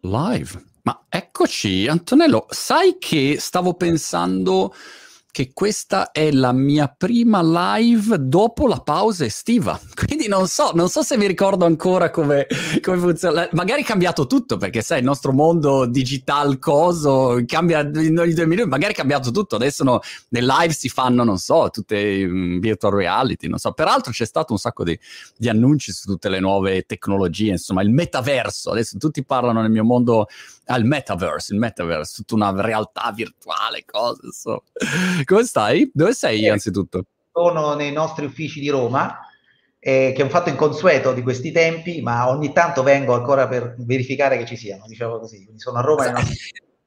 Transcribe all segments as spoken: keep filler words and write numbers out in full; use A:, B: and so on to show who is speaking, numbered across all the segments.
A: Live. Ma eccoci, Antonello, sai che stavo pensando che questa è la mia prima live dopo la pausa estiva, quindi non so, non so se mi ricordo ancora come, come funziona. Magari è cambiato tutto, perché sai, il nostro mondo digital coso cambia in ogni due minuti, magari è cambiato tutto, adesso no, le live si fanno, non so, tutte um, virtual reality, non so. Peraltro c'è stato un sacco di, di annunci su tutte le nuove tecnologie, insomma, il metaverso, adesso tutti parlano nel mio mondo al metaverse, il metaverse, tutta una realtà virtuale, cose, insomma. Come stai? Dove sei, anzitutto?
B: Sono nei nostri uffici di Roma, eh, che è un fatto inconsueto di questi tempi, ma ogni tanto vengo ancora per verificare che ci siano, diciamo così. Quindi sono a Roma nei nostri...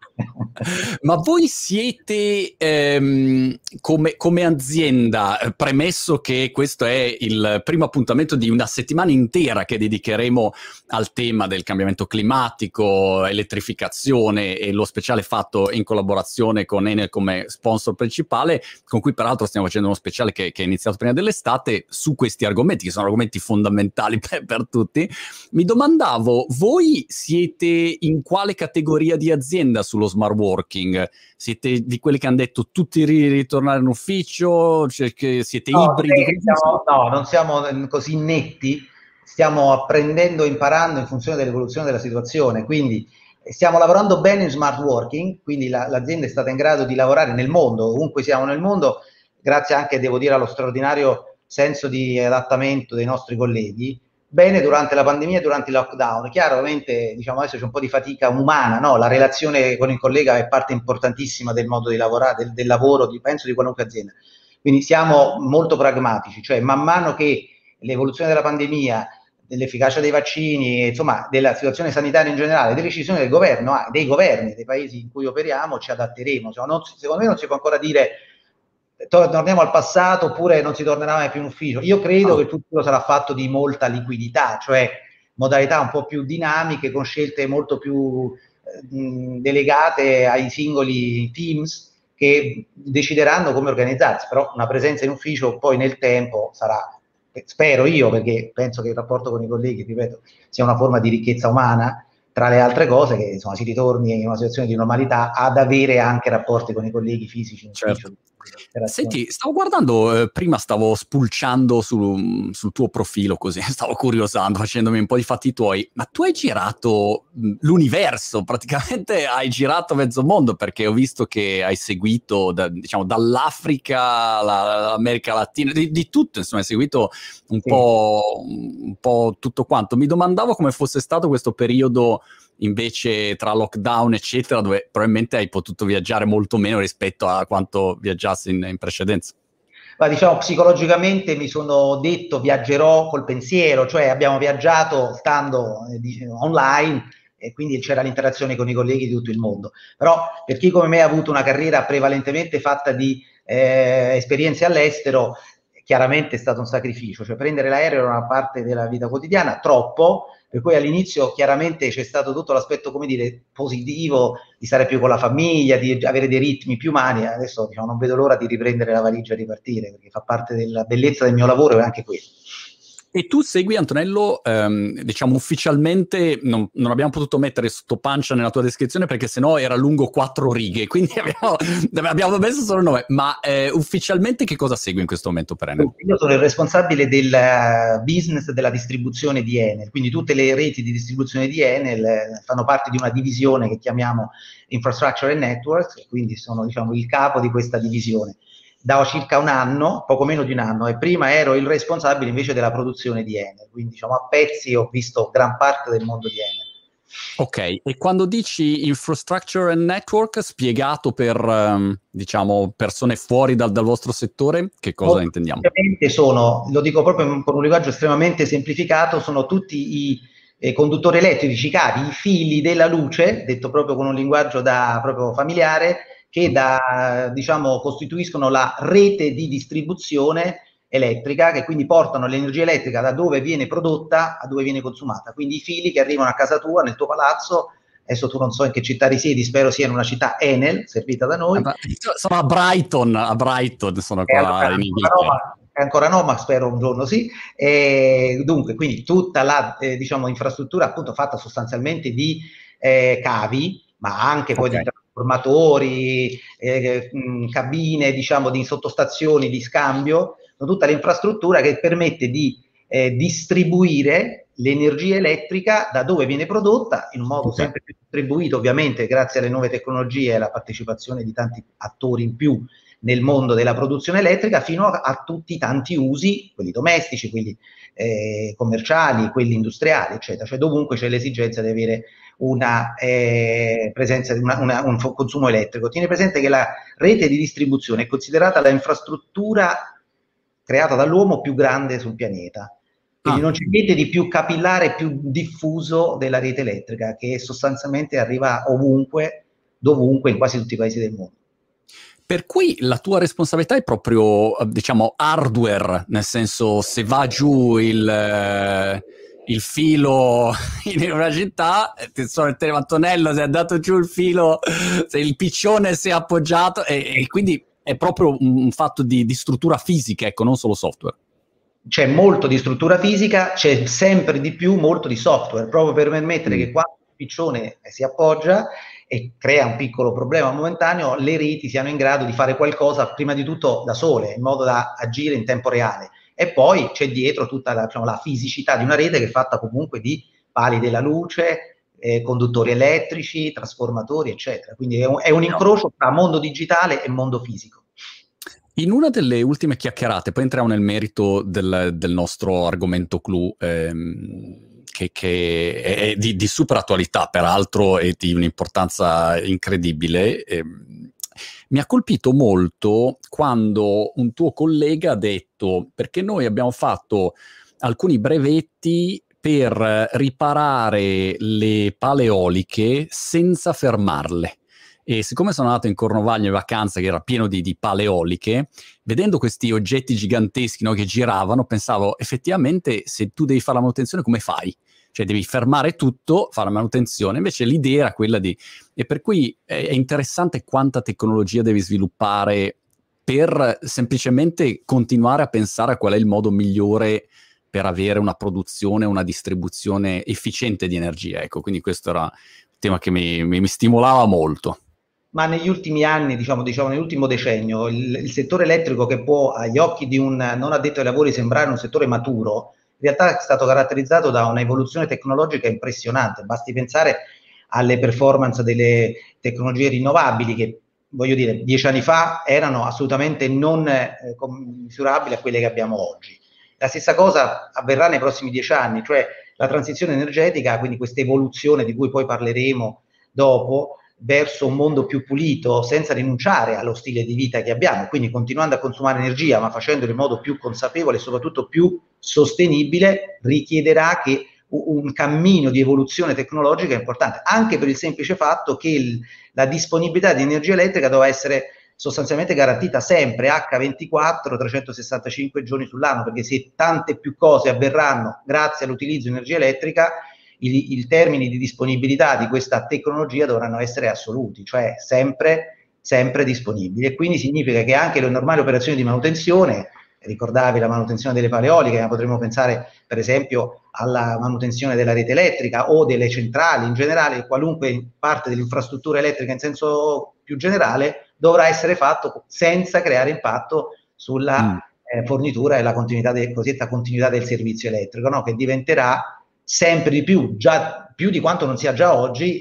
A: Ma voi siete ehm, come, come azienda, premesso che questo è il primo appuntamento di una settimana intera che dedicheremo al tema del cambiamento climatico, elettrificazione, e lo speciale fatto in collaborazione con Enel come sponsor principale, con cui peraltro stiamo facendo uno speciale che, che è iniziato prima dell'estate su questi argomenti, che sono argomenti fondamentali per, per tutti. Mi domandavo, voi siete in quale categoria di azienda sullo smart working? Siete di quelli che hanno detto tutti ritornare in ufficio? Cioè che siete
B: No,
A: ibridi?
B: siamo, no, non siamo così netti, stiamo apprendendo e imparando in funzione dell'evoluzione della situazione, quindi stiamo lavorando bene in smart working, quindi la, l'azienda è stata in grado di lavorare nel mondo, ovunque siamo nel mondo, grazie anche, devo dire, allo straordinario senso di adattamento dei nostri colleghi, bene durante la pandemia e durante il lockdown. Chiaramente, diciamo, adesso c'è un po' di fatica umana, no? La relazione con il collega è parte importantissima del modo di lavorare, del, del lavoro, di, penso, di qualunque azienda. Quindi siamo molto pragmatici, cioè man mano che l'evoluzione della pandemia, dell'efficacia dei vaccini, insomma, della situazione sanitaria in generale, delle decisioni del governo, dei governi dei paesi in cui operiamo, ci adatteremo. Cioè, non, secondo me non si può ancora dire torniamo al passato oppure non si tornerà mai più in ufficio. Io credo oh. che tutto sarà fatto di molta liquidità, cioè modalità un po' più dinamiche, con scelte molto più eh, delegate ai singoli teams che decideranno come organizzarsi, però una presenza in ufficio poi nel tempo sarà, spero io, perché penso che il rapporto con i colleghi, ripeto, sia una forma di ricchezza umana, tra le altre cose, che insomma si ritorni in una situazione di normalità ad avere anche rapporti con i colleghi fisici in ufficio.
A: Certo. Senti, stavo guardando, eh, prima stavo spulciando sul, sul tuo profilo, così, stavo curiosando, facendomi un po' di fatti tuoi, ma tu hai girato l'universo, praticamente hai girato mezzo mondo, perché ho visto che hai seguito, da, diciamo, dall'Africa all'America Latina, di, di tutto, insomma, hai seguito un, sì. po', un po' tutto quanto. Mi domandavo come fosse stato questo periodo invece tra lockdown eccetera, dove probabilmente hai potuto viaggiare molto meno rispetto a quanto viaggiassi in, in precedenza.
B: Ma diciamo, psicologicamente mi sono detto viaggerò col pensiero, cioè abbiamo viaggiato stando eh, diciamo, online, e quindi c'era l'interazione con i colleghi di tutto il mondo. Però per chi come me ha avuto una carriera prevalentemente fatta di eh, esperienze all'estero, chiaramente è stato un sacrificio, cioè prendere l'aereo era una parte della vita quotidiana, troppo, per cui all'inizio chiaramente c'è stato tutto l'aspetto, come dire, positivo, di stare più con la famiglia, di avere dei ritmi più umani. Adesso diciamo, non vedo l'ora di riprendere la valigia e ripartire, perché fa parte della bellezza del mio lavoro e anche questo.
A: E tu segui, Antonello, ehm, diciamo ufficialmente, non, non abbiamo potuto mettere sotto pancia nella tua descrizione perché sennò era lungo quattro righe, quindi abbiamo, abbiamo messo solo il nome, ma eh, ufficialmente che cosa segui in questo momento per Enel?
B: Io sono il responsabile del business della distribuzione di Enel, quindi tutte le reti di distribuzione di Enel eh, fanno parte di una divisione che chiamiamo Infrastructure and Networks, quindi sono, diciamo, il capo di questa divisione. Da circa un anno, poco meno di un anno, e prima ero il responsabile invece della produzione di Enel, quindi diciamo a pezzi ho visto gran parte del mondo di Enel.
A: Ok, e quando dici infrastructure and network, spiegato per um, diciamo persone fuori dal, dal vostro settore, che cosa intendiamo?
B: Sono, lo dico proprio con un linguaggio estremamente semplificato, sono tutti i eh, conduttori elettrici, i cavi, i fili della luce, detto proprio con un linguaggio da proprio familiare, che da, diciamo, costituiscono la rete di distribuzione elettrica, che quindi portano l'energia elettrica da dove viene prodotta a dove viene consumata. Quindi i fili che arrivano a casa tua, nel tuo palazzo, adesso tu non so in che città risiedi, spero sia in una città Enel, servita da noi.
A: Sono a Brighton, a Brighton sono qua
B: allora,
A: in Inghilterra.
B: Ancora no, ma spero un giorno sì. E dunque, quindi tutta la eh, diciamo, infrastruttura appunto fatta sostanzialmente di eh, cavi, ma anche poi
A: Okay.
B: di trasformatori, eh, mh, cabine, diciamo, di sottostazioni di scambio, tutta l'infrastruttura che permette di eh, distribuire l'energia elettrica da dove viene prodotta in un modo
A: Okay.
B: sempre più distribuito, ovviamente grazie alle nuove tecnologie e alla partecipazione di tanti attori in più nel mondo della produzione elettrica, fino a, a tutti i tanti usi, quelli domestici, quelli eh, commerciali, quelli industriali, eccetera. Cioè dovunque c'è l'esigenza di avere una eh, presenza di una, una, un consumo elettrico. Tieni presente che la rete di distribuzione è considerata la infrastruttura creata dall'uomo più grande sul pianeta. Quindi
A: Ah.
B: non c'è niente di più capillare, più diffuso della rete elettrica, che sostanzialmente arriva ovunque, dovunque, in quasi tutti i paesi del mondo.
A: Per cui la tua responsabilità è proprio, diciamo, hardware, nel senso, se va giù il, il filo in una città, sono il telefonello, se è andato giù il filo, se il piccione si è appoggiato, e, e quindi è proprio un fatto di, di struttura fisica, ecco, non solo software.
B: C'è molto di struttura fisica, c'è sempre di più molto di software, proprio per permettere
A: Mm.
B: che quando il piccione si appoggia e crea un piccolo problema momentaneo, le reti siano in grado di fare qualcosa prima di tutto da sole, in modo da agire in tempo reale. E poi c'è dietro tutta la, diciamo, la fisicità di una rete che è fatta comunque di pali della luce, eh, conduttori elettrici, trasformatori, eccetera. Quindi è un, è un incrocio tra mondo digitale e mondo fisico.
A: In una delle ultime chiacchierate, poi entriamo nel merito del, del nostro argomento clou, ehm, che, che è di, di super attualità, peraltro, e di un'importanza incredibile. Ehm, mi ha colpito molto quando un tuo collega ha detto, perché noi abbiamo fatto alcuni brevetti per riparare le pale eoliche senza fermarle. E siccome sono andato in Cornovaglia in vacanza, che era pieno di, di pale eoliche, vedendo questi oggetti giganteschi, no, che giravano, pensavo, effettivamente, se tu devi fare la manutenzione, come fai? Cioè devi fermare tutto, fare la manutenzione. Invece l'idea era quella di... E per cui è, è interessante quanta tecnologia devi sviluppare per semplicemente continuare a pensare a qual è il modo migliore per avere una produzione, una distribuzione efficiente di energia. Ecco, quindi questo era un tema che mi, mi, mi stimolava molto.
B: Ma negli ultimi anni, diciamo, diciamo nell'ultimo decennio, il, il settore elettrico, che può agli occhi di un non addetto ai lavori sembrare un settore maturo, in realtà è stato caratterizzato da un'evoluzione tecnologica impressionante. Basti pensare alle performance delle tecnologie rinnovabili che, voglio dire, dieci anni fa erano assolutamente non eh, misurabili a quelle che abbiamo oggi. La stessa cosa avverrà nei prossimi dieci anni, cioè la transizione energetica, quindi questa evoluzione di cui poi parleremo dopo, verso un mondo più pulito, senza rinunciare allo stile di vita che abbiamo, quindi continuando a consumare energia, ma facendolo in modo più consapevole e soprattutto più sostenibile, richiederà che un cammino di evoluzione tecnologica importante, anche per il semplice fatto che il, la disponibilità di energia elettrica dovrà essere sostanzialmente garantita sempre acca ventiquattro, trecentosessantacinque giorni sull'anno, perché se tante più cose avverranno grazie all'utilizzo di energia elettrica, i, i termini di disponibilità di questa tecnologia dovranno essere assoluti, cioè sempre, sempre disponibili. E quindi significa che anche le normali operazioni di manutenzione, ricordavi la manutenzione delle pale eoliche, ma potremmo pensare per esempio alla manutenzione della rete elettrica o delle centrali in generale, qualunque parte dell'infrastruttura elettrica in senso più generale, dovrà essere fatto senza creare impatto sulla mm. eh, fornitura e la continuità de, cosiddetta continuità del servizio elettrico, no? Che diventerà sempre di più, già più di quanto non sia già oggi,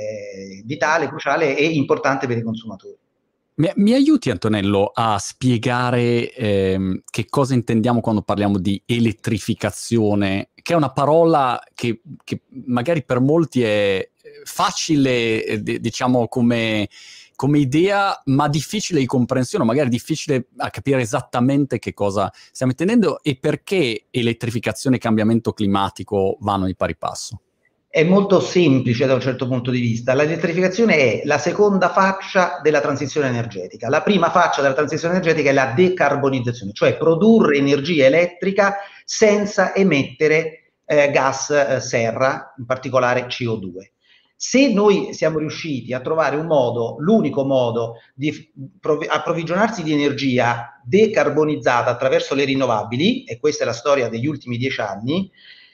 B: eh, vitale, cruciale e importante per i consumatori.
A: Mi, mi aiuti, Antonello, a spiegare ehm, che cosa intendiamo quando parliamo di elettrificazione, che è una parola che, che magari per molti è facile, eh, diciamo, come, come idea, ma difficile di comprensione, magari difficile a capire esattamente che cosa stiamo intendendo e perché elettrificazione e cambiamento climatico vanno di pari passo.
B: È molto semplice da un certo punto di vista. L'elettrificazione è la seconda faccia della transizione energetica. La prima faccia della transizione energetica è la decarbonizzazione, cioè produrre energia elettrica senza emettere eh, gas eh, serra, in particolare C O due. Se noi siamo riusciti a trovare un modo, l'unico modo di approvvigionarsi di energia decarbonizzata attraverso le rinnovabili, e questa è la storia degli ultimi dieci anni,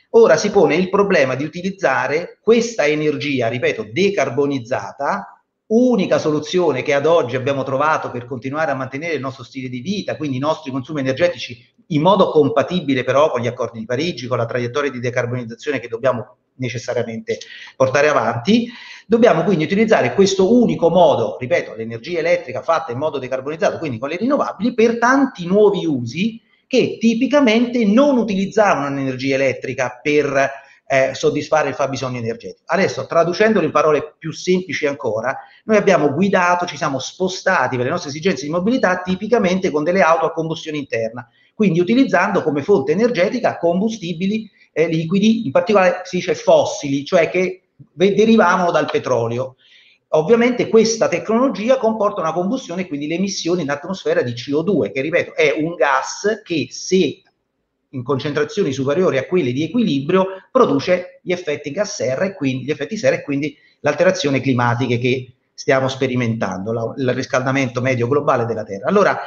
B: Ora si pone il problema di utilizzare questa energia, ripeto, decarbonizzata, unica soluzione che ad oggi abbiamo trovato per continuare a mantenere il nostro stile di vita, quindi i nostri consumi energetici, in modo compatibile però con gli accordi di Parigi, con la traiettoria di decarbonizzazione che dobbiamo necessariamente portare avanti. Dobbiamo quindi utilizzare questo unico modo, ripeto, l'energia elettrica fatta in modo decarbonizzato, quindi con le rinnovabili, per tanti nuovi usi che tipicamente non utilizzavano l'energia elettrica per eh, soddisfare il fabbisogno energetico. Adesso, traducendolo in parole più semplici ancora, noi abbiamo guidato, ci siamo spostati per le nostre esigenze di mobilità tipicamente con delle auto a combustione interna, quindi utilizzando come fonte energetica combustibili eh, liquidi, in particolare si dice fossili, cioè che derivavano dal petrolio. Ovviamente questa tecnologia comporta una combustione e quindi l'emissione in atmosfera di C O due, che ripeto è un gas che, se in concentrazioni superiori a quelle di equilibrio, produce gli effetti gas serra e quindi gli effetti serra e quindi l'alterazione climatica che stiamo sperimentando, la, il riscaldamento medio globale della Terra. Allora,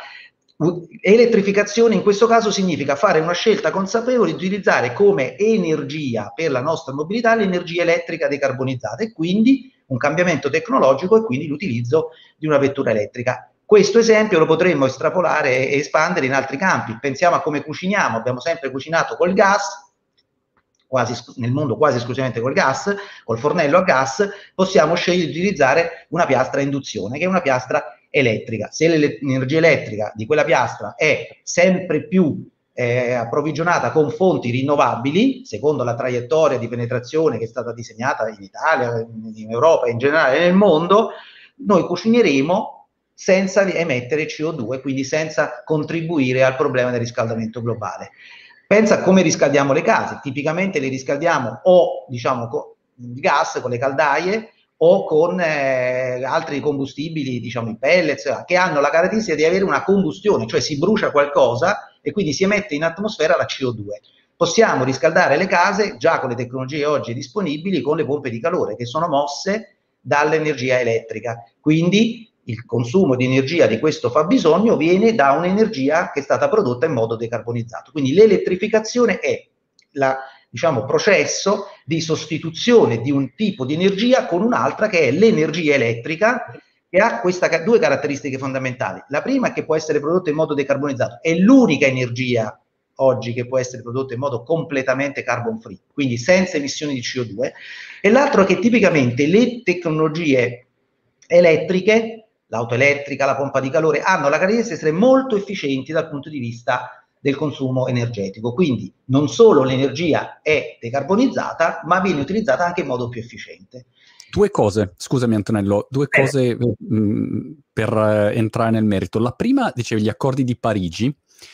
B: elettrificazione in questo caso significa fare una scelta consapevole di utilizzare come energia per la nostra mobilità l'energia elettrica decarbonizzata e quindi un cambiamento tecnologico e quindi l'utilizzo di una vettura elettrica. Questo esempio lo potremmo estrapolare e espandere in altri campi. Pensiamo a come cuciniamo, abbiamo sempre cucinato col gas, quasi nel mondo quasi esclusivamente col gas, col fornello a gas, possiamo scegliere di utilizzare una piastra a induzione, che è una piastra elettrica. Se l'energia elettrica di quella piastra è sempre più eh, approvvigionata con fonti rinnovabili, secondo la traiettoria di penetrazione che è stata disegnata in Italia, in Europa e in generale nel mondo, noi cucineremo senza emettere C O due, quindi senza contribuire al problema del riscaldamento globale. Pensa a come riscaldiamo le case. Tipicamente le riscaldiamo o diciamo con il gas, con le caldaie, o con eh, altri combustibili, diciamo i pellets, che hanno la caratteristica di avere una combustione, cioè si brucia qualcosa e quindi si emette in atmosfera la C O due. Possiamo riscaldare le case già con le tecnologie oggi disponibili con le pompe di calore che sono mosse dall'energia elettrica. Quindi il consumo di energia di questo fabbisogno viene da un'energia che è stata prodotta in modo decarbonizzato. Quindi l'elettrificazione è la diciamo, processo di sostituzione di un tipo di energia con un'altra che è l'energia elettrica, che ha questa, due caratteristiche fondamentali. La prima è che può essere prodotta in modo decarbonizzato, è l'unica energia oggi che può essere prodotta in modo completamente carbon free, quindi senza emissioni di C O due, e l'altro è che tipicamente le tecnologie elettriche, l'auto elettrica, la pompa di calore, hanno la caratteristica di essere molto efficienti dal punto di vista del consumo energetico, quindi non solo l'energia è decarbonizzata, ma viene utilizzata anche in modo più efficiente.
A: Due cose, scusami Antonello, due cose eh. mh, per eh, entrare nel merito. La prima, dicevi, gli accordi di Parigi.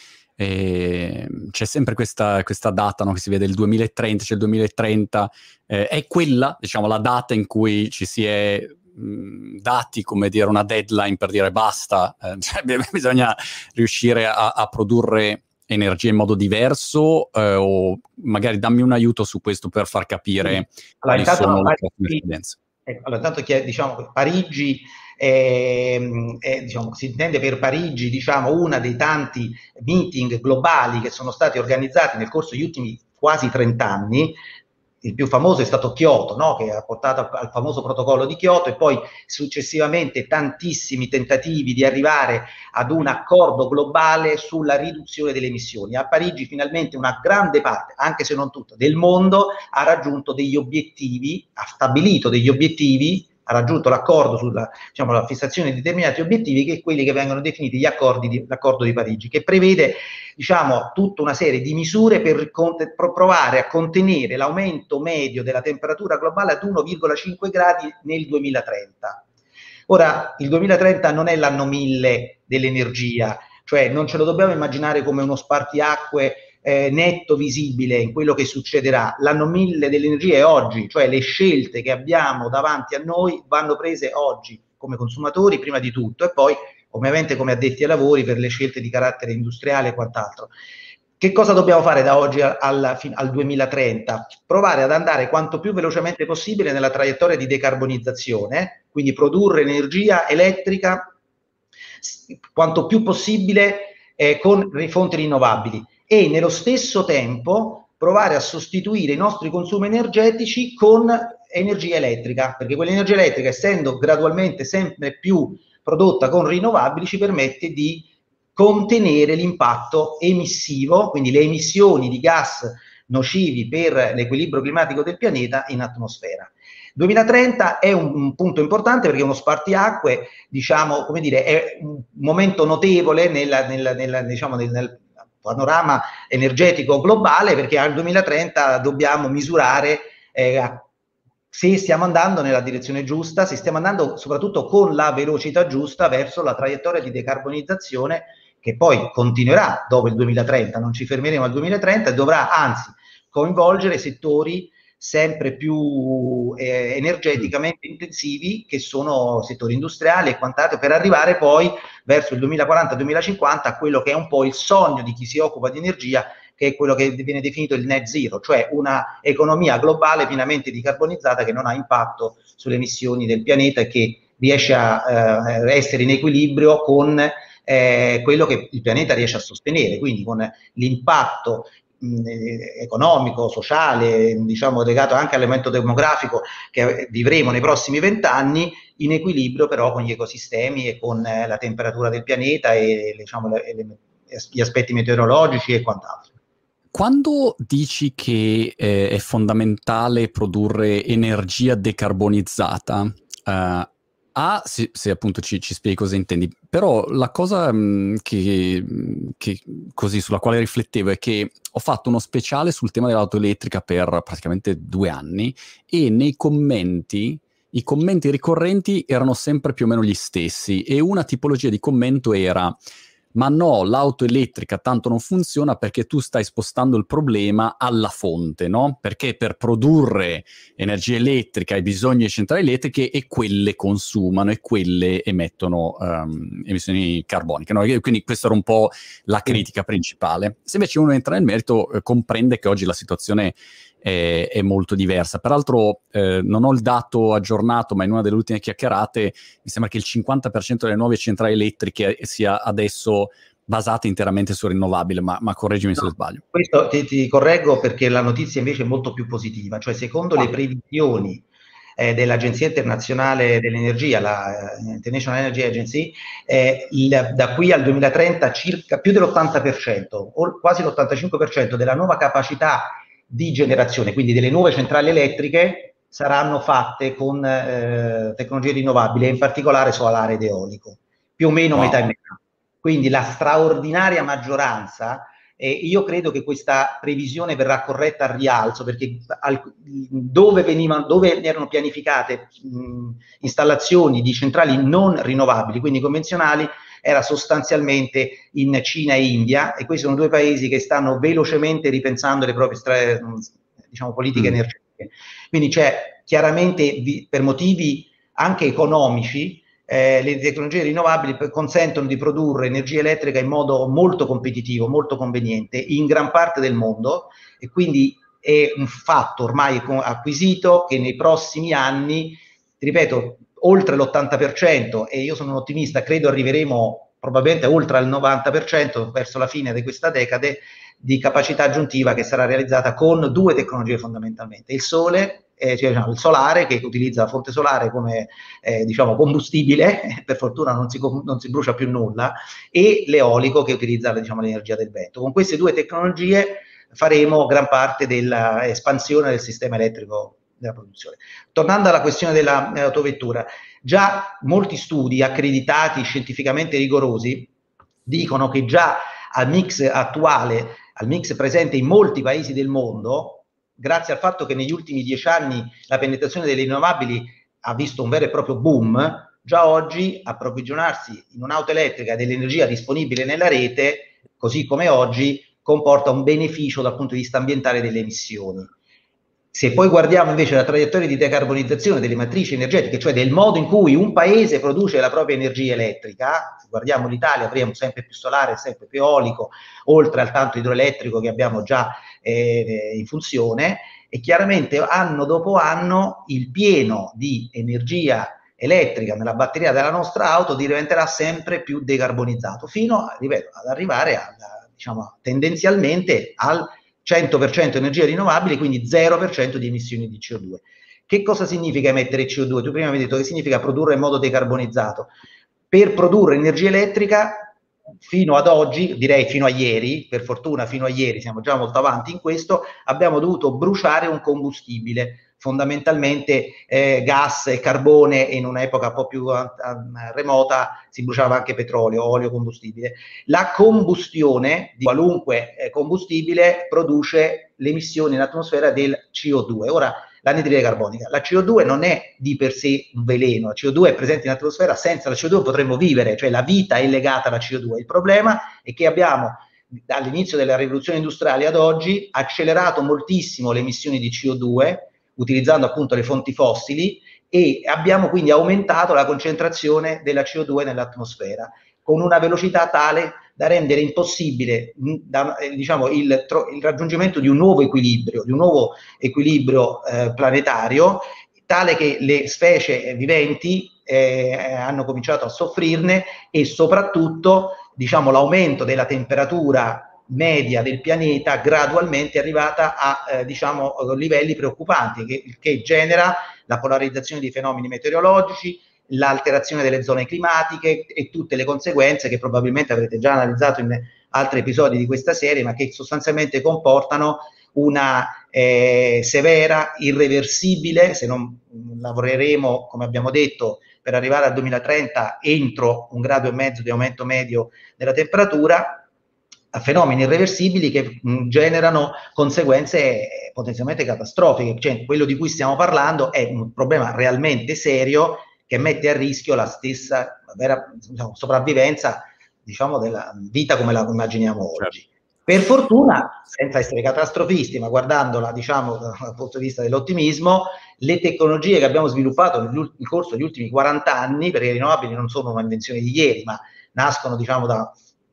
A: Eh, c'è sempre questa, questa data, no, che si vede il duemilatrenta, c'è il duemilatrenta, eh, è quella, diciamo, la data in cui ci si è mh, dati, come dire, una deadline per dire basta, eh, cioè, bisogna riuscire a, a produrre energia in modo diverso, eh, o magari dammi un aiuto su questo per far capire
B: sì.
A: Quali
B: allora,
A: sono
B: intanto,
A: le prossime scadenze.
B: Ecco, allora, tanto che, diciamo, Parigi è, è, diciamo, si intende per Parigi, diciamo, una dei tanti meeting globali che sono stati organizzati nel corso degli ultimi quasi trenta anni. Il più famoso è stato Kyoto, no? Che ha portato al famoso protocollo di Kyoto, e poi successivamente tantissimi tentativi di arrivare ad un accordo globale sulla riduzione delle emissioni. A Parigi finalmente una grande parte, anche se non tutta, del mondo ha raggiunto degli obiettivi, ha stabilito degli obiettivi, ha raggiunto l'accordo sulla, diciamo, la fissazione di determinati obiettivi, che è quelli che vengono definiti gli accordi di, l'accordo di Parigi, che prevede, diciamo, tutta una serie di misure per provare a contenere l'aumento medio della temperatura globale ad uno virgola cinque gradi nel duemilatrenta. Ora, il duemilatrenta non è l'anno mille dell'energia, cioè non ce lo dobbiamo immaginare come uno spartiacque Eh, netto visibile in quello che succederà. L'anno mille dell'energia è oggi, cioè le scelte che abbiamo davanti a noi vanno prese oggi come consumatori prima di tutto, e poi ovviamente come addetti ai lavori per le scelte di carattere industriale e quant'altro. Che cosa dobbiamo fare da oggi al, al duemilatrenta? Provare ad andare quanto più velocemente possibile nella traiettoria di decarbonizzazione, quindi produrre energia elettrica quanto più possibile eh, con le fonti rinnovabili, e nello stesso tempo provare a sostituire i nostri consumi energetici con energia elettrica, perché quell'energia elettrica, essendo gradualmente sempre più prodotta con rinnovabili, ci permette di contenere l'impatto emissivo, quindi le emissioni di gas nocivi per l'equilibrio climatico del pianeta in atmosfera. duemilatrenta è un, un punto importante perché è uno spartiacque, diciamo, come dire, è un momento notevole nella, nella, nella, diciamo, nel, nel panorama energetico globale, perché al duemilatrenta dobbiamo misurare eh, se stiamo andando nella direzione giusta, se stiamo andando soprattutto con la velocità giusta verso la traiettoria di decarbonizzazione che poi continuerà dopo il duemilatrenta, non ci fermeremo al duemilatrenta, e dovrà anzi coinvolgere settori sempre più eh, energeticamente intensivi, che sono settori industriali e quant'altro, per arrivare poi verso il duemilaquaranta duemilacinquanta a quello che è un po' il sogno di chi si occupa di energia, che è quello che viene definito il net zero, cioè una economia globale pienamente decarbonizzata che non ha impatto sulle emissioni del pianeta e che riesce a eh, essere in equilibrio con eh, quello che il pianeta riesce a sostenere, quindi con l'impatto economico, sociale, diciamo legato anche all'elemento demografico che vivremo nei prossimi vent'anni, in equilibrio però con gli ecosistemi e con eh, la temperatura del pianeta e diciamo, le, le, gli aspetti meteorologici e quant'altro.
A: Quando dici che eh, è fondamentale produrre energia decarbonizzata, eh, A, se, se appunto ci, ci spieghi cosa intendi, però la cosa mh, che, che così sulla quale riflettevo è che ho fatto uno speciale sul tema dell'auto elettrica per praticamente due anni e nei commenti, i commenti ricorrenti erano sempre più o meno gli stessi e una tipologia di commento era: ma no, l'auto elettrica tanto non funziona perché tu stai spostando il problema alla fonte, no? Perché per produrre energia elettrica hai bisogno di centrali elettriche e quelle consumano e quelle emettono um, emissioni carboniche, no? Quindi questa era un po' la critica principale. Se invece uno entra nel merito, eh, comprende che oggi la situazione è, è molto diversa. Peraltro eh, non ho il dato aggiornato, ma in una delle ultime chiacchierate mi sembra che il cinquanta per cento delle nuove centrali elettriche sia adesso basate interamente su rinnovabile, ma, ma correggimi
B: no,
A: se sbaglio.
B: Questo ti, ti correggo perché la notizia invece è molto più positiva, cioè secondo ah. le previsioni eh, dell'Agenzia Internazionale dell'Energia, la uh, International Energy Agency, eh, il, da qui al duemilatrenta circa più dell'ottanta per cento, o quasi l'ottantacinque per cento della nuova capacità di generazione, quindi delle nuove centrali elettriche, saranno fatte con eh, tecnologie rinnovabili, in particolare solare ed eolico, più o meno wow. metà e metà. Quindi la straordinaria maggioranza, eh, io credo che questa previsione verrà corretta al rialzo, perché al, dove, venivano, dove erano pianificate mh, installazioni di centrali non rinnovabili, quindi convenzionali, era sostanzialmente in Cina e India, e questi sono due paesi che stanno velocemente ripensando le proprie stra- diciamo, politiche mm. energetiche. Quindi c'è chiaramente, vi, per motivi anche economici, eh, le tecnologie rinnovabili consentono di produrre energia elettrica in modo molto competitivo, molto conveniente in gran parte del mondo, e quindi è un fatto ormai acquisito che nei prossimi anni, ti ripeto, oltre l'ottanta per cento, e io sono un ottimista, credo arriveremo probabilmente oltre al novanta per cento verso la fine di questa decade, di capacità aggiuntiva che sarà realizzata con due tecnologie fondamentalmente: il sole, eh, cioè, diciamo, il solare, che utilizza la fonte solare come eh, diciamo, combustibile, per fortuna non si, non si brucia più nulla, e l'eolico, che utilizza, diciamo, l'energia del vento. Con queste due tecnologie faremo gran parte dell'espansione del sistema elettrico della produzione. Tornando alla questione dell'autovettura, già molti studi accreditati, scientificamente rigorosi, dicono che già al mix attuale, al mix presente in molti paesi del mondo, grazie al fatto che negli ultimi dieci anni la penetrazione delle rinnovabili ha visto un vero e proprio boom, già oggi approvvigionarsi in un'auto elettrica dell'energia disponibile nella rete, così come oggi, comporta un beneficio dal punto di vista ambientale delle emissioni. Se poi guardiamo invece la traiettoria di decarbonizzazione delle matrici energetiche, cioè del modo in cui un paese produce la propria energia elettrica, se guardiamo l'Italia, avremo sempre più solare, sempre più eolico, oltre al tanto idroelettrico che abbiamo già eh, in funzione, e chiaramente anno dopo anno il pieno di energia elettrica nella batteria della nostra auto diventerà sempre più decarbonizzato, fino, ripeto, ad arrivare a, diciamo, tendenzialmente al cento per cento energia rinnovabile, quindi zero per cento di emissioni di C O due. Che cosa significa emettere C O due? Tu prima mi hai detto che significa produrre in modo decarbonizzato. Per produrre energia elettrica, fino ad oggi, direi fino a ieri, per fortuna fino a ieri, siamo già molto avanti in questo, abbiamo dovuto bruciare un combustibile, fondamentalmente eh, gas e carbone, e in un'epoca un po' più uh, uh, remota si bruciava anche petrolio, olio, combustibile. La combustione di qualunque eh, combustibile produce l'emissione in atmosfera del C O due. Ora, l'anidride carbonica, la C O due non è di per sé un veleno, la C O due è presente in atmosfera, senza la C O due potremmo vivere, cioè la vita è legata alla C O due. Il problema è che abbiamo dall'inizio della rivoluzione industriale ad oggi accelerato moltissimo le emissioni di C O due, utilizzando appunto le fonti fossili, e abbiamo quindi aumentato la concentrazione della C O due nell'atmosfera con una velocità tale da rendere impossibile da, eh, diciamo, il, il raggiungimento di un nuovo equilibrio, di un nuovo equilibrio eh, planetario, tale che le specie viventi eh, hanno cominciato a soffrirne, e soprattutto, diciamo, l'aumento della temperatura media del pianeta gradualmente è arrivata a eh, diciamo livelli preoccupanti, che, che genera la polarizzazione di fenomeni meteorologici, l'alterazione delle zone climatiche e tutte le conseguenze che probabilmente avrete già analizzato in altri episodi di questa serie, ma che sostanzialmente comportano una eh, severa, irreversibile, se non lavoreremo, come abbiamo detto, per arrivare al duemilatrenta entro un grado e mezzo di aumento medio della temperatura, a fenomeni irreversibili che mh, generano conseguenze potenzialmente catastrofiche. Cioè, quello di cui stiamo parlando è un problema realmente serio che mette a rischio la stessa vera, diciamo, sopravvivenza, diciamo, della vita come la immaginiamo oggi. Per fortuna, senza essere catastrofisti, ma guardandola, diciamo, dal punto di vista dell'ottimismo, le tecnologie che abbiamo sviluppato nel corso degli ultimi quaranta anni, perché le rinnovabili non sono un'invenzione di ieri, ma nascono, diciamo, da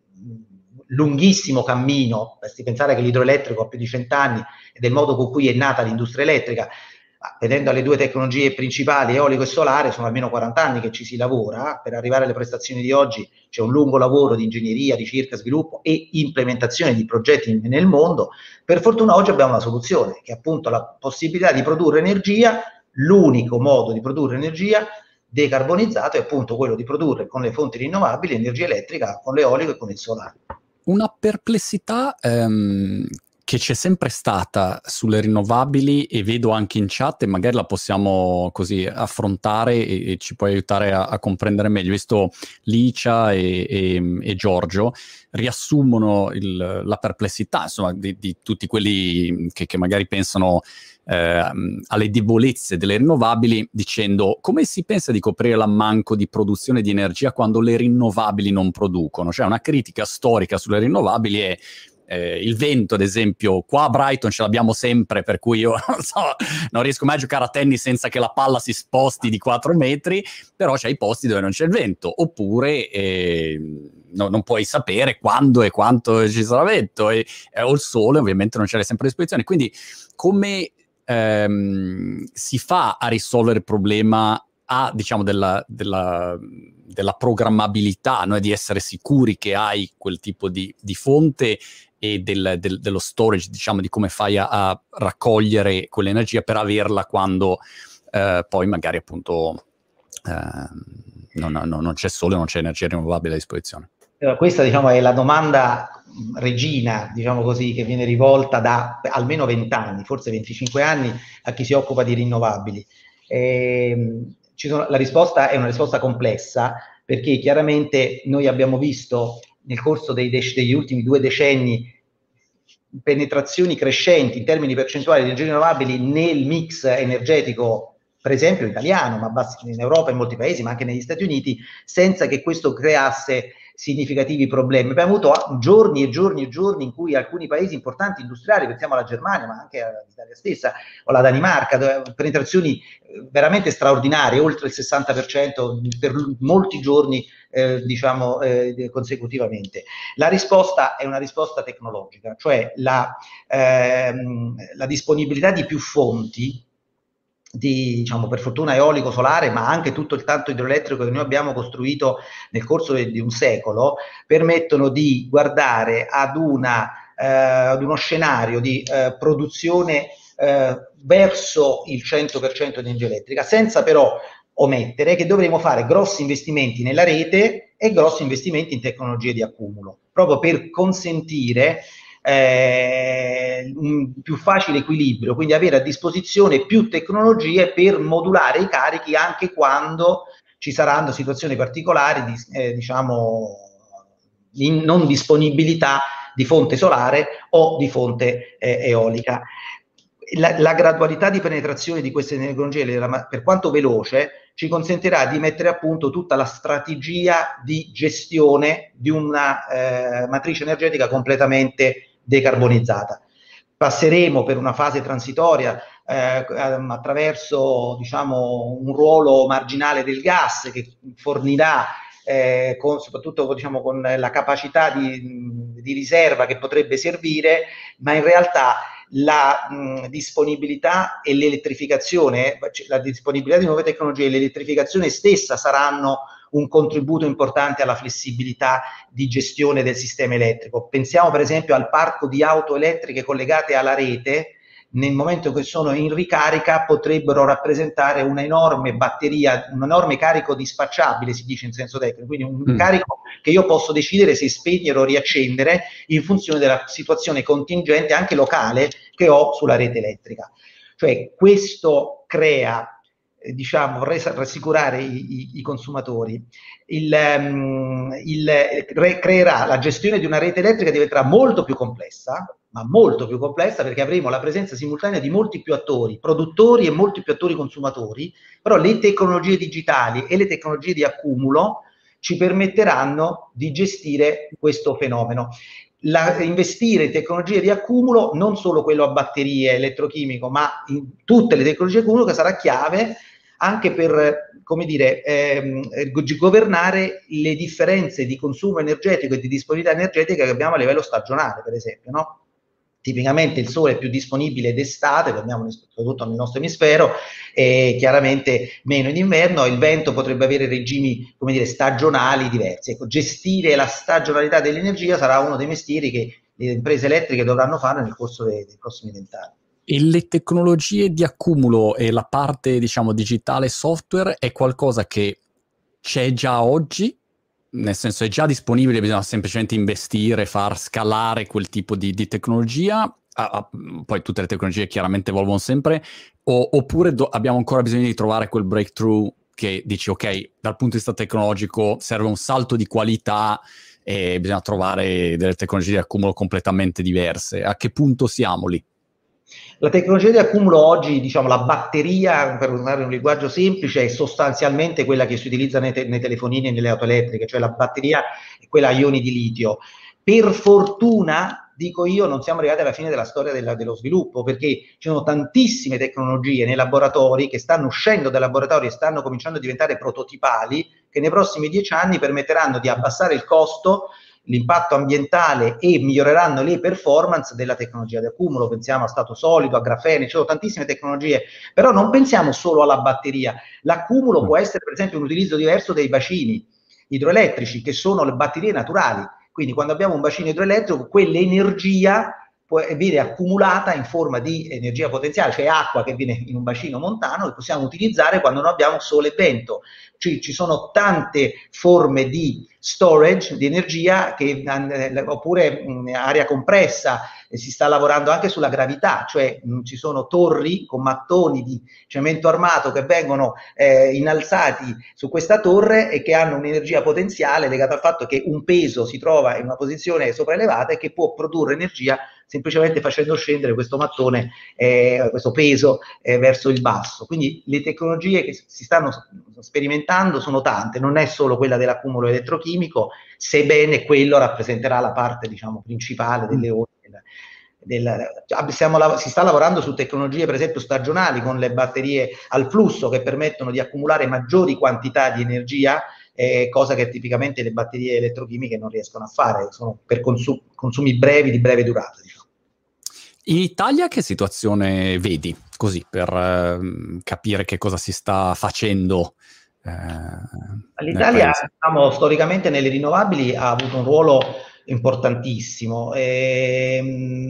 B: lunghissimo cammino. Basti pensare che l'idroelettrico ha più di cent'anni ed è il modo con cui è nata l'industria elettrica. Ma vedendo alle due tecnologie principali, eolico e solare, sono almeno quaranta anni che ci si lavora. Per arrivare alle prestazioni di oggi c'è un lungo lavoro di ingegneria, ricerca, sviluppo e implementazione di progetti nel mondo. Per fortuna oggi abbiamo una soluzione, che è appunto la possibilità di produrre energia. L'unico modo di produrre energia decarbonizzato è appunto quello di produrre con le fonti rinnovabili energia elettrica, con l'eolico e con il solare.
A: Una perplessità ehm, che c'è sempre stata sulle rinnovabili, e vedo anche in chat, e magari la possiamo così affrontare e, e ci puoi aiutare a, a comprendere meglio, visto Licia e, e, e Giorgio riassumono il, la perplessità, insomma, di, di tutti quelli che, che magari pensano eh, alle debolezze delle rinnovabili, dicendo: come si pensa di coprire l'ammanco di produzione di energia quando le rinnovabili non producono? Cioè, una critica storica sulle rinnovabili è eh, il vento, ad esempio. Qua a Brighton ce l'abbiamo sempre, per cui io non so, non riesco mai a giocare a tennis senza che la palla si sposti di quattro metri, però c'è i posti dove non c'è il vento, oppure eh, no, non puoi sapere quando e quanto ci sarà vento, e, eh, o il sole ovviamente non ce l'hai sempre a disposizione. Quindi come ehm, si fa a risolvere il problema a, diciamo, della, della, della programmabilità, no? Di essere sicuri che hai quel tipo di, di fonte, e del, del, dello storage, diciamo, di come fai a, a raccogliere quell'energia per averla quando eh, poi magari appunto eh, non, non, non c'è sole, non c'è energia rinnovabile a disposizione.
B: Questa, diciamo, è la domanda regina, diciamo così, che viene rivolta da almeno venti anni, forse venticinque anni, a chi si occupa di rinnovabili. E, ci sono, la risposta è una risposta complessa, perché chiaramente noi abbiamo visto nel corso dei dec- degli ultimi due decenni penetrazioni crescenti in termini percentuali di energie rinnovabili nel mix energetico, per esempio italiano, ma in Europa e in molti paesi, ma anche negli Stati Uniti, senza che questo creasse significativi problemi. Abbiamo avuto giorni e giorni e giorni in cui alcuni paesi importanti industriali, pensiamo alla Germania, ma anche all'Italia stessa, o alla Danimarca, penetrazioni veramente straordinarie, oltre il sessanta per cento per molti giorni, eh, diciamo, eh, consecutivamente. La risposta è una risposta tecnologica, cioè la, ehm, la disponibilità di più fonti, di, diciamo, per fortuna eolico, solare, ma anche tutto il tanto idroelettrico che noi abbiamo costruito nel corso di un secolo, permettono di guardare ad una eh, ad uno scenario di eh, produzione eh, verso il cento per cento di energia elettrica, senza però omettere che dovremo fare grossi investimenti nella rete e grossi investimenti in tecnologie di accumulo, proprio per consentire eh, un più facile equilibrio, quindi avere a disposizione più tecnologie per modulare i carichi anche quando ci saranno situazioni particolari di, eh, diciamo, di non disponibilità di fonte solare o di fonte eh, eolica. La, la gradualità di penetrazione di queste tecnologie, per quanto veloce, ci consentirà di mettere a punto tutta la strategia di gestione di una eh, matrice energetica completamente decarbonizzata. Passeremo per una fase transitoria eh, attraverso, diciamo, un ruolo marginale del gas che fornirà eh, con, soprattutto diciamo, con la capacità di, di riserva che potrebbe servire, ma in realtà la mh, disponibilità e l'elettrificazione, cioè la disponibilità di nuove tecnologie e l'elettrificazione stessa saranno un contributo importante alla flessibilità di gestione del sistema elettrico. Pensiamo per esempio al parco di auto elettriche collegate alla rete. Nel momento in cui sono in ricarica potrebbero rappresentare una enorme batteria, un enorme carico dispacciabile, si dice in senso tecnico, quindi un mm. carico che io posso decidere se spegnere o riaccendere in funzione della situazione contingente, anche locale, che ho sulla rete elettrica. Cioè questo crea, eh, diciamo, res- rassicurare i, i, i consumatori, il, um, il, re- creerà la gestione di una rete elettrica, diventerà molto più complessa, ma molto più complessa, perché avremo la presenza simultanea di molti più attori, produttori e molti più attori consumatori, però le tecnologie digitali e le tecnologie di accumulo ci permetteranno di gestire questo fenomeno. La, investire in tecnologie di accumulo, non solo quello a batterie, elettrochimico, ma in tutte le tecnologie di accumulo, che sarà chiave anche per, come dire, ehm, governare le differenze di consumo energetico e di disponibilità energetica che abbiamo a livello stagionale, per esempio, no? Tipicamente il sole è più disponibile d'estate, torniamo soprattutto nel nostro emisfero, e chiaramente meno in inverno. Il vento potrebbe avere regimi, come dire, stagionali diversi. Ecco, gestire la stagionalità dell'energia sarà uno dei mestieri che le imprese elettriche dovranno fare nel corso dei, dei prossimi vent'anni.
A: E le tecnologie di accumulo e la parte, diciamo, digitale software è qualcosa che c'è già oggi? Nel senso, è già disponibile, bisogna semplicemente investire, far scalare quel tipo di, di tecnologia, ah, ah, poi tutte le tecnologie chiaramente evolvono sempre, o, oppure do, abbiamo ancora bisogno di trovare quel breakthrough che dici, ok, dal punto di vista tecnologico serve un salto di qualità e bisogna trovare delle tecnologie di accumulo completamente diverse. A che punto siamo lì?
B: La tecnologia di accumulo oggi, diciamo, la batteria, per usare un linguaggio semplice, è sostanzialmente quella che si utilizza nei, te- nei telefonini e nelle auto elettriche, cioè la batteria è quella a ioni di litio. Per fortuna, dico io, non siamo arrivati alla fine della storia della, dello sviluppo, perché ci sono tantissime tecnologie nei laboratori che stanno uscendo dai laboratori e stanno cominciando a diventare prototipali, che nei prossimi dieci anni permetteranno di abbassare il costo, l'impatto ambientale e miglioreranno le performance della tecnologia di accumulo. Pensiamo a stato solido, a grafene, ci sono tantissime tecnologie, però non pensiamo solo alla batteria. L'accumulo può essere per esempio un utilizzo diverso dei bacini idroelettrici, che sono le batterie naturali. Quindi quando abbiamo un bacino idroelettrico, quell'energia viene accumulata in forma di energia potenziale, cioè acqua che viene in un bacino montano e possiamo utilizzare quando non abbiamo sole e vento. Cioè, ci sono tante forme di storage di energia, che, oppure mh, aria compressa, e si sta lavorando anche sulla gravità, cioè mh, ci sono torri con mattoni di cemento armato che vengono eh, innalzati su questa torre e che hanno un'energia potenziale legata al fatto che un peso si trova in una posizione sopraelevata e che può produrre energia semplicemente facendo scendere questo mattone, eh, questo peso eh, verso il basso. Quindi le tecnologie che si stanno sperimentando sono tante, non è solo quella dell'accumulo elettrochimico, sebbene quello rappresenterà la parte, diciamo, principale delle ore. Del, siamo, si sta lavorando su tecnologie per esempio stagionali con le batterie al flusso che permettono di accumulare maggiori quantità di energia, eh, cosa che tipicamente le batterie elettrochimiche non riescono a fare, sono per consum- consumi brevi, di breve durata, diciamo.
A: In Italia che situazione vedi, così per eh, capire che cosa si sta facendo?
B: Eh, L'Italia, diciamo, storicamente nelle rinnovabili ha avuto un ruolo importantissimo. E,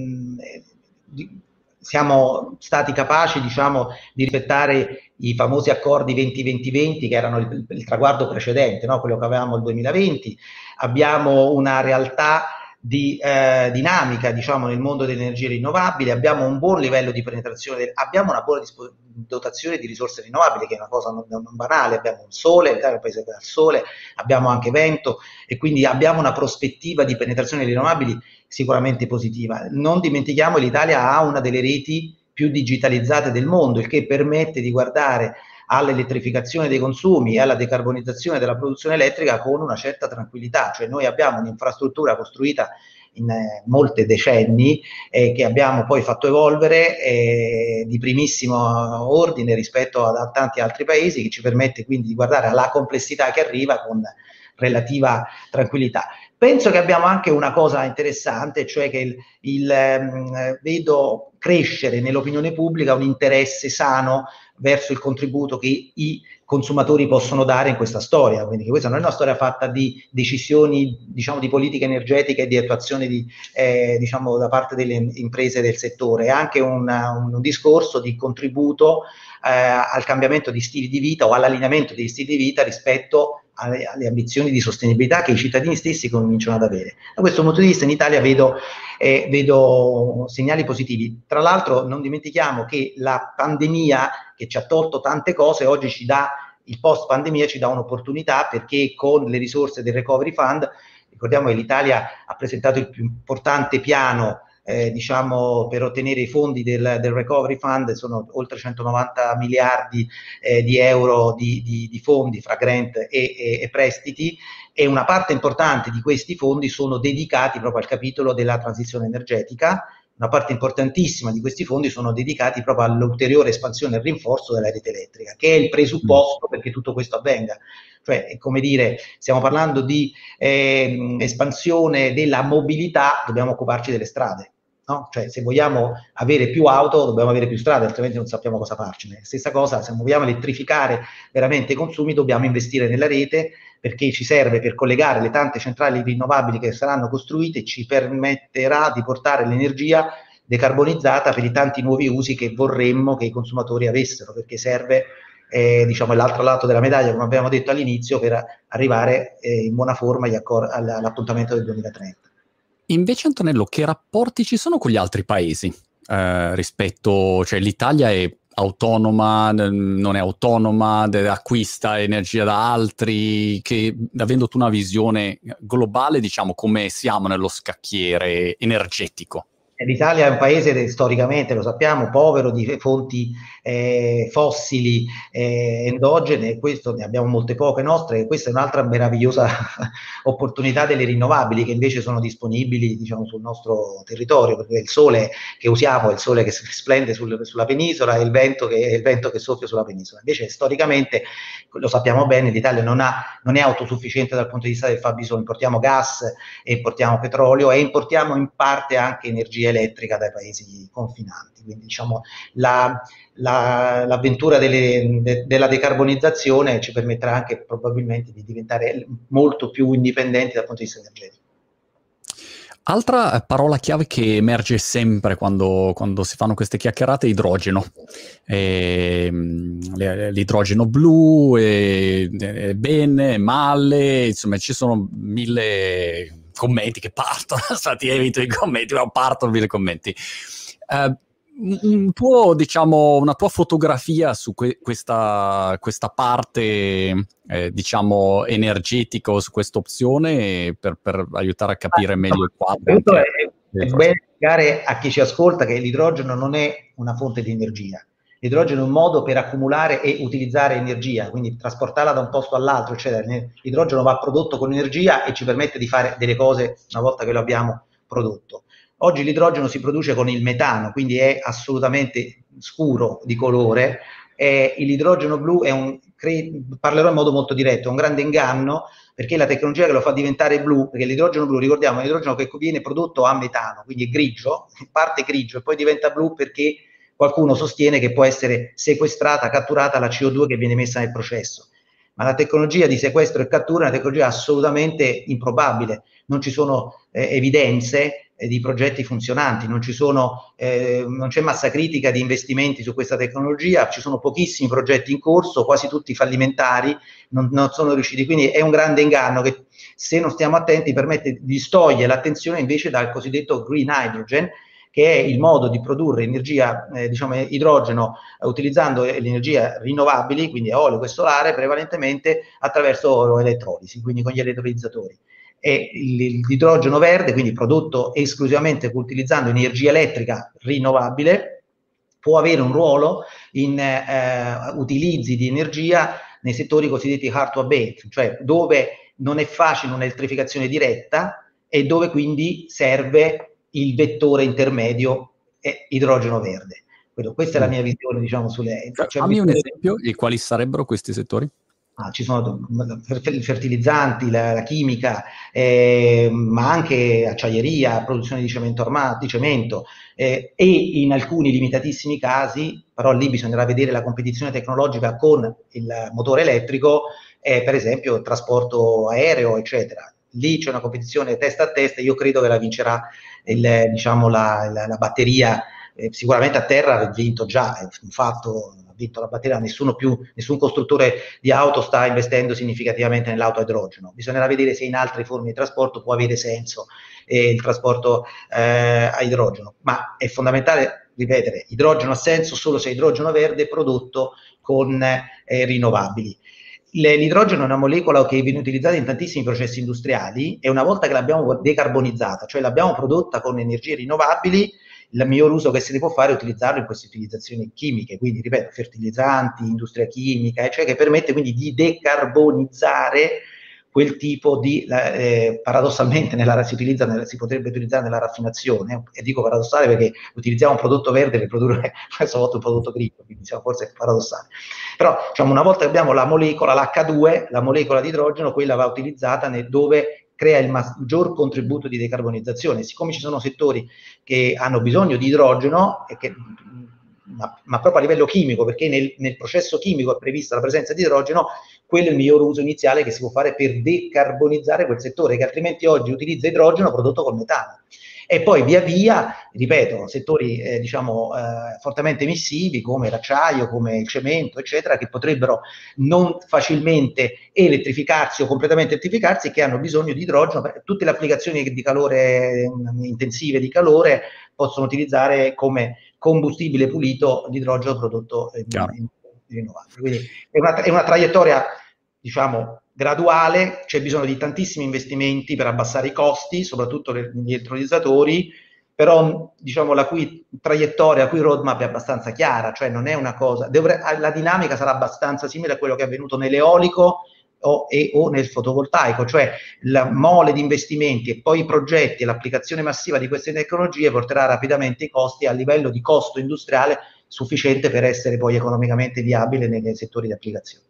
B: siamo stati capaci, diciamo, di rispettare i famosi accordi venti venti venti, che erano il, il traguardo precedente, no? Quello che avevamo il duemilaventi. Abbiamo una realtà di eh, dinamica, diciamo, nel mondo delle energie rinnovabili, abbiamo un buon livello di penetrazione, abbiamo una buona dotazione di risorse rinnovabili, che è una cosa non, non banale. Abbiamo il sole, l'Italia è un paese che ha il sole, abbiamo anche vento, e quindi abbiamo una prospettiva di penetrazione delle rinnovabili sicuramente positiva. Non dimentichiamo che l'Italia ha una delle reti più digitalizzate del mondo, il che permette di guardare all'elettrificazione dei consumi e alla decarbonizzazione della produzione elettrica con una certa tranquillità. Cioè noi abbiamo un'infrastruttura costruita in eh, molti decenni, eh, che abbiamo poi fatto evolvere eh, di primissimo ordine rispetto a, a tanti altri paesi, che ci permette quindi di guardare alla complessità che arriva con relativa tranquillità. Penso che abbiamo anche una cosa interessante, cioè che il, il, eh, vedo crescere nell'opinione pubblica un interesse sano verso il contributo che i consumatori possono dare in questa storia. Quindi questa non è una storia fatta di decisioni, diciamo, di politica energetica e di attuazione di, eh, diciamo, da parte delle imprese del settore, è anche un, un discorso di contributo eh, al cambiamento di stili di vita o all'allineamento degli stili di vita rispetto alle, alle ambizioni di sostenibilità che i cittadini stessi cominciano ad avere. Da questo punto di vista in Italia vedo, eh, vedo segnali positivi. Tra l'altro non dimentichiamo che la pandemia, che ci ha tolto tante cose, oggi ci dà, il post pandemia ci dà un'opportunità, perché con le risorse del Recovery Fund, ricordiamo che l'Italia ha presentato il più importante piano eh, diciamo per ottenere i fondi del, del Recovery Fund, sono oltre centonovanta miliardi eh, di euro di, di, di fondi fra grant e, e, e prestiti, e una parte importante di questi fondi sono dedicati proprio al capitolo della transizione energetica. Una parte importantissima di questi fondi sono dedicati proprio all'ulteriore espansione e rinforzo della rete elettrica, che è il presupposto perché tutto questo avvenga. Cioè, è come dire, stiamo parlando di eh, espansione della mobilità, dobbiamo occuparci delle strade, no? Cioè, se vogliamo avere più auto, dobbiamo avere più strade, altrimenti non sappiamo cosa farcene. Stessa cosa, se vogliamo elettrificare veramente i consumi, dobbiamo investire nella rete, perché ci serve per collegare le tante centrali rinnovabili che saranno costruite e ci permetterà di portare l'energia decarbonizzata per i tanti nuovi usi che vorremmo che i consumatori avessero, perché serve, eh, diciamo, l'altro lato della medaglia, come abbiamo detto all'inizio, per arrivare eh, in buona forma all'appuntamento del duemilatrenta.
A: Invece, Antonello, che rapporti ci sono con gli altri paesi eh, rispetto, cioè l'Italia è autonoma, non è autonoma, acquista energia da altri, che avendo tu una visione globale, diciamo, come siamo nello scacchiere energetico?
B: L'Italia è un paese storicamente, lo sappiamo, povero di fonti eh, fossili eh, endogene, questo ne abbiamo molte poche nostre, e questa è un'altra meravigliosa opportunità delle rinnovabili che invece sono disponibili, diciamo, sul nostro territorio, perché il sole che usiamo è il sole che splende sul, sulla penisola, e il vento che è il vento che soffia sulla penisola. Invece storicamente, lo sappiamo bene, l'Italia non, ha, non è autosufficiente dal punto di vista del fabbisogno, importiamo gas e importiamo petrolio e importiamo in parte anche energia elettrica dai paesi confinanti. Quindi, diciamo, la, la, l'avventura delle, de, della decarbonizzazione ci permetterà anche probabilmente di diventare molto più indipendenti dal punto di vista energetico.
A: Altra parola chiave che emerge sempre quando, quando si fanno queste chiacchierate è idrogeno. E, l'idrogeno blu, è, è bene, è male, insomma ci sono mille commenti che partono, stati evito i commenti, ma partono mille commenti. Uh, un tuo, diciamo, una tua fotografia su que- questa, questa parte, eh, diciamo, energetica, su questa opzione, per, per aiutare a capire meglio il quadro.
B: Anche, è, è bene spiegare a chi ci ascolta che l'idrogeno non è una fonte di energia. L'idrogeno è un modo per accumulare e utilizzare energia, quindi trasportarla da un posto all'altro, eccetera. L'idrogeno va prodotto con energia e ci permette di fare delle cose una volta che lo abbiamo prodotto. Oggi l'idrogeno si produce con il metano, quindi è assolutamente scuro di colore. Eh, l'idrogeno blu è un, parlerò in modo molto diretto, è un grande inganno, perché la tecnologia che lo fa diventare blu, perché l'idrogeno blu, ricordiamo, è l'idrogeno che viene prodotto a metano, quindi è grigio, parte grigio e poi diventa blu perché qualcuno sostiene che può essere sequestrata, catturata la C O due che viene messa nel processo. ma la tecnologia di sequestro e cattura è una tecnologia assolutamente improbabile, non ci sono eh, evidenze eh, di progetti funzionanti, non ci sono, eh, non c'è massa critica di investimenti su questa tecnologia, ci sono pochissimi progetti in corso, quasi tutti fallimentari, non, non sono riusciti, quindi è un grande inganno che, se non stiamo attenti, permette di distogliere l'attenzione invece dal cosiddetto green hydrogen, che è il modo di produrre energia, eh, diciamo idrogeno, eh, utilizzando l'energia rinnovabili, quindi eolico e solare, prevalentemente attraverso elettrolisi, quindi con gli elettrolizzatori. E l'idrogeno verde, quindi prodotto esclusivamente utilizzando energia elettrica rinnovabile, può avere un ruolo in eh, utilizzi di energia nei settori cosiddetti hard to abate, cioè dove non è facile un'elettrificazione diretta e dove quindi serve il vettore intermedio è idrogeno verde. Quello, questa è la mia visione, diciamo, sulle...
A: Cioè, fammi un esempio di quali sarebbero questi settori?
B: Ah, ci sono i fertilizzanti, la, la chimica, eh, ma anche acciaieria, produzione di cemento armato, di cemento, eh, e in alcuni limitatissimi casi, però lì bisognerà vedere la competizione tecnologica con il motore elettrico, eh, per esempio trasporto aereo, eccetera. Lì c'è una competizione testa a testa, io credo che la vincerà il, diciamo, la, la, la batteria, eh, sicuramente a terra ha vinto già, è un fatto, ha vinto la batteria, nessuno più, nessun costruttore di auto sta investendo significativamente nell'auto a idrogeno, bisognerà vedere se in altre forme di trasporto può avere senso eh, il trasporto eh, a idrogeno, ma è fondamentale ripetere, idrogeno ha senso solo se è idrogeno verde prodotto con eh, rinnovabili. L'idrogeno è una molecola che viene utilizzata in tantissimi processi industriali e una volta che l'abbiamo decarbonizzata, cioè l'abbiamo prodotta con energie rinnovabili, il miglior uso che se ne può fare è utilizzarlo in queste utilizzazioni chimiche, quindi ripeto, fertilizzanti, industria chimica, cioè che permette quindi di decarbonizzare quel tipo di, eh, paradossalmente nella, si, utilizza nella, si potrebbe utilizzare nella raffinazione, e dico paradossale perché utilizziamo un prodotto verde per produrre questa volta un prodotto grigio, quindi diciamo, forse è paradossale. Però diciamo, una volta che abbiamo la molecola, l'H due, la molecola di idrogeno, quella va utilizzata nel, dove crea il maggior contributo di decarbonizzazione. Siccome ci sono settori che hanno bisogno di idrogeno, e che, ma, ma proprio a livello chimico, perché nel, nel processo chimico è prevista la presenza di idrogeno, quello è il miglior uso iniziale che si può fare per decarbonizzare quel settore, che altrimenti oggi utilizza idrogeno prodotto col metano. E poi via via, ripeto, settori eh, diciamo eh, fortemente emissivi come l'acciaio, come il cemento, eccetera, che potrebbero non facilmente elettrificarsi o completamente elettrificarsi e che hanno bisogno di idrogeno. Tutte le applicazioni di calore intensive di calore possono utilizzare come combustibile pulito l'idrogeno prodotto in, in, in rinnovabile. Quindi è una, è una traiettoria, diciamo, graduale, c'è bisogno di tantissimi investimenti per abbassare i costi, soprattutto negli elettrolizzatori, però diciamo la cui traiettoria, la cui roadmap è abbastanza chiara, cioè non è una cosa, dovre, la dinamica sarà abbastanza simile a quello che è avvenuto nell'eolico o, e, o nel fotovoltaico, cioè la mole di investimenti e poi i progetti e l'applicazione massiva di queste tecnologie porterà rapidamente i costi a livello di costo industriale sufficiente per essere poi economicamente viabile nei settori di applicazione.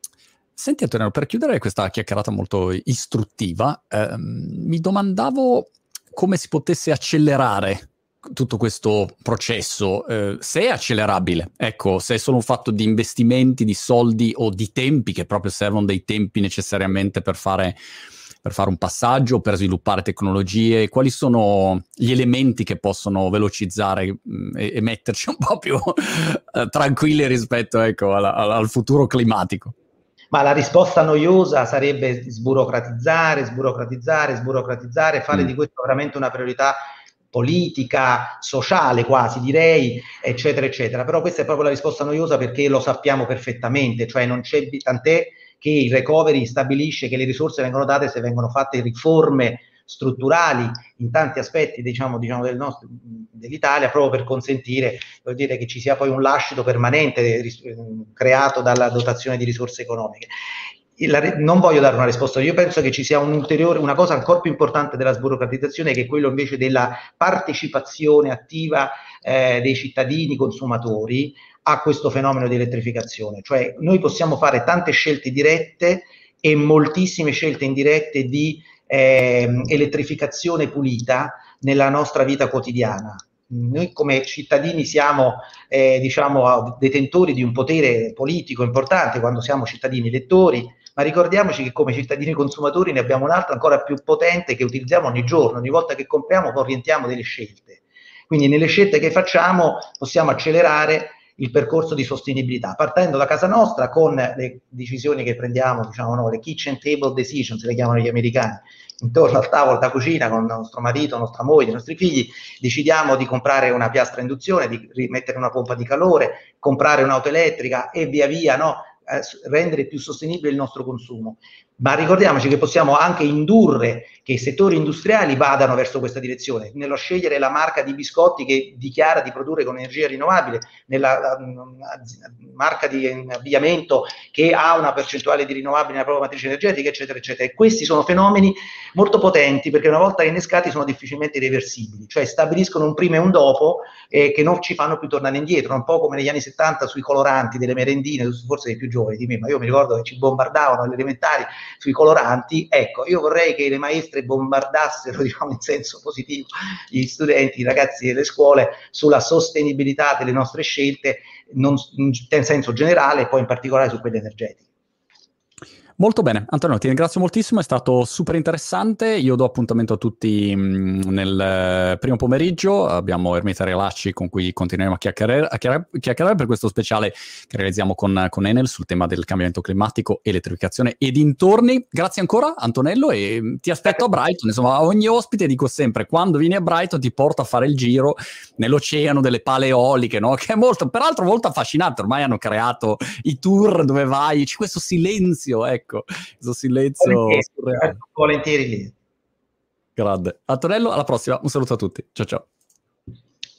A: Senti Antonello, per chiudere questa chiacchierata molto istruttiva, ehm, mi domandavo come si potesse accelerare tutto questo processo, eh, se è accelerabile, ecco, se è solo un fatto di investimenti, di soldi o di tempi, che proprio servono dei tempi necessariamente per fare, per fare un passaggio, per sviluppare tecnologie, quali sono gli elementi che possono velocizzare mh, e, e metterci un po' più eh, tranquilli rispetto, ecco, al, al futuro climatico?
B: Ma la risposta noiosa sarebbe sburocratizzare, sburocratizzare, sburocratizzare, fare mm. di questo veramente una priorità politica, sociale quasi direi, eccetera, eccetera. Però questa è proprio la risposta noiosa perché lo sappiamo perfettamente, cioè non c'è, tant'è che il recovery stabilisce che le risorse vengono date se vengono fatte riforme strutturali in tanti aspetti, diciamo, diciamo del nostro, dell'Italia, proprio per consentire, vuol dire, che ci sia poi un lascito permanente ris- creato dalla dotazione di risorse economiche. La, non voglio dare una risposta, io penso che ci sia un ulteriore, una cosa ancora più importante della sburocratizzazione, che è quello invece della partecipazione attiva eh, dei cittadini consumatori a questo fenomeno di elettrificazione. Cioè noi possiamo fare tante scelte dirette e moltissime scelte indirette di Eh, elettrificazione pulita nella nostra vita quotidiana. Noi come cittadini siamo eh, diciamo detentori di un potere politico importante quando siamo cittadini elettori, ma ricordiamoci che come cittadini consumatori ne abbiamo un'altra ancora più potente che utilizziamo ogni giorno, ogni volta che compriamo orientiamo delle scelte. Quindi nelle scelte che facciamo possiamo accelerare il percorso di sostenibilità, partendo da casa nostra con le decisioni che prendiamo, diciamo, no, le kitchen table decisions, le chiamano gli americani, intorno al tavolo da cucina con nostro marito, nostra moglie, i nostri figli, decidiamo di comprare una piastra a induzione, di rimettere una pompa di calore, comprare un'auto elettrica e via via, no? Eh, rendere più sostenibile il nostro consumo. Ma ricordiamoci che possiamo anche indurre che i settori industriali vadano verso questa direzione, nello scegliere la marca di biscotti che dichiara di produrre con energia rinnovabile, nella la, marca di abbigliamento che ha una percentuale di rinnovabile nella propria matrice energetica, eccetera, eccetera. E questi sono fenomeni molto potenti perché una volta innescati sono difficilmente reversibili, cioè stabiliscono un prima e un dopo eh, che non ci fanno più tornare indietro, un po' come negli anni settanta sui coloranti delle merendine, forse dei più giovani di me, ma io mi ricordo che ci bombardavano alle elementari sui coloranti. Ecco, io vorrei che le maestre bombardassero, diciamo, in senso positivo gli studenti, i ragazzi delle scuole sulla sostenibilità delle nostre scelte, non, in senso generale e poi in particolare su quelle energetiche.
A: Molto bene, Antonio, ti ringrazio moltissimo, è stato super interessante. Io do appuntamento a tutti mh, nel primo pomeriggio. Abbiamo Ermita Relacci con cui continueremo a chiacchierare, a chiacchierare per questo speciale che realizziamo con, con Enel sul tema del cambiamento climatico, elettrificazione e dintorni. Grazie ancora, Antonello, e ti aspetto a Brighton. Insomma, a ogni ospite dico sempre, quando vieni a Brighton ti porto a fare il giro nell'oceano delle pale eoliche, no? Che è molto, peraltro molto affascinante. Ormai hanno creato i tour dove vai, c'è questo silenzio, ecco. Questo silenzio
B: volentieri,
A: surreale.
B: volentieri lì.
A: Grande. Antonello, alla prossima. Un saluto a tutti. Ciao ciao.